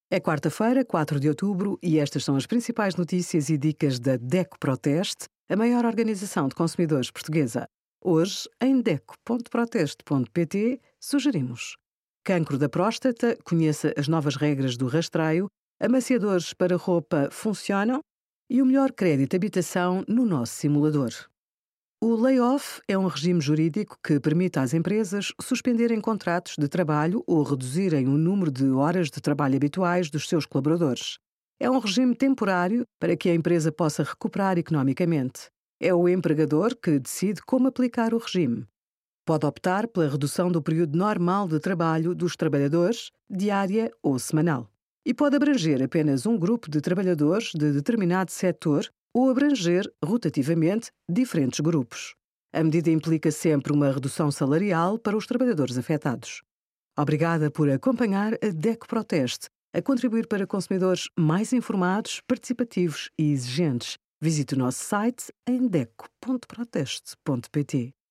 É quarta-feira, 4 de outubro, e estas são as principais notícias e dicas da DECO Proteste, a maior organização de consumidores portuguesa. Hoje, em DECO.proteste.pt, sugerimos: cancro da próstata, conheça as novas regras do rastreio, amaciadores para roupa funcionam e o melhor crédito habitação no nosso simulador. O layoff é um regime jurídico que permite às empresas suspenderem contratos de trabalho ou reduzirem o número de horas de trabalho habituais dos seus colaboradores. É um regime temporário para que a empresa possa recuperar economicamente. É o empregador que decide como aplicar o regime. Pode optar pela redução do período normal de trabalho dos trabalhadores, diária ou semanal. E pode abranger apenas um grupo de trabalhadores de determinado setor ou abranger, rotativamente, diferentes grupos. A medida implica sempre uma redução salarial para os trabalhadores afetados. Obrigada por acompanhar a DECO Proteste, a contribuir para consumidores mais informados, participativos e exigentes. Visite o nosso site em deco.proteste.pt.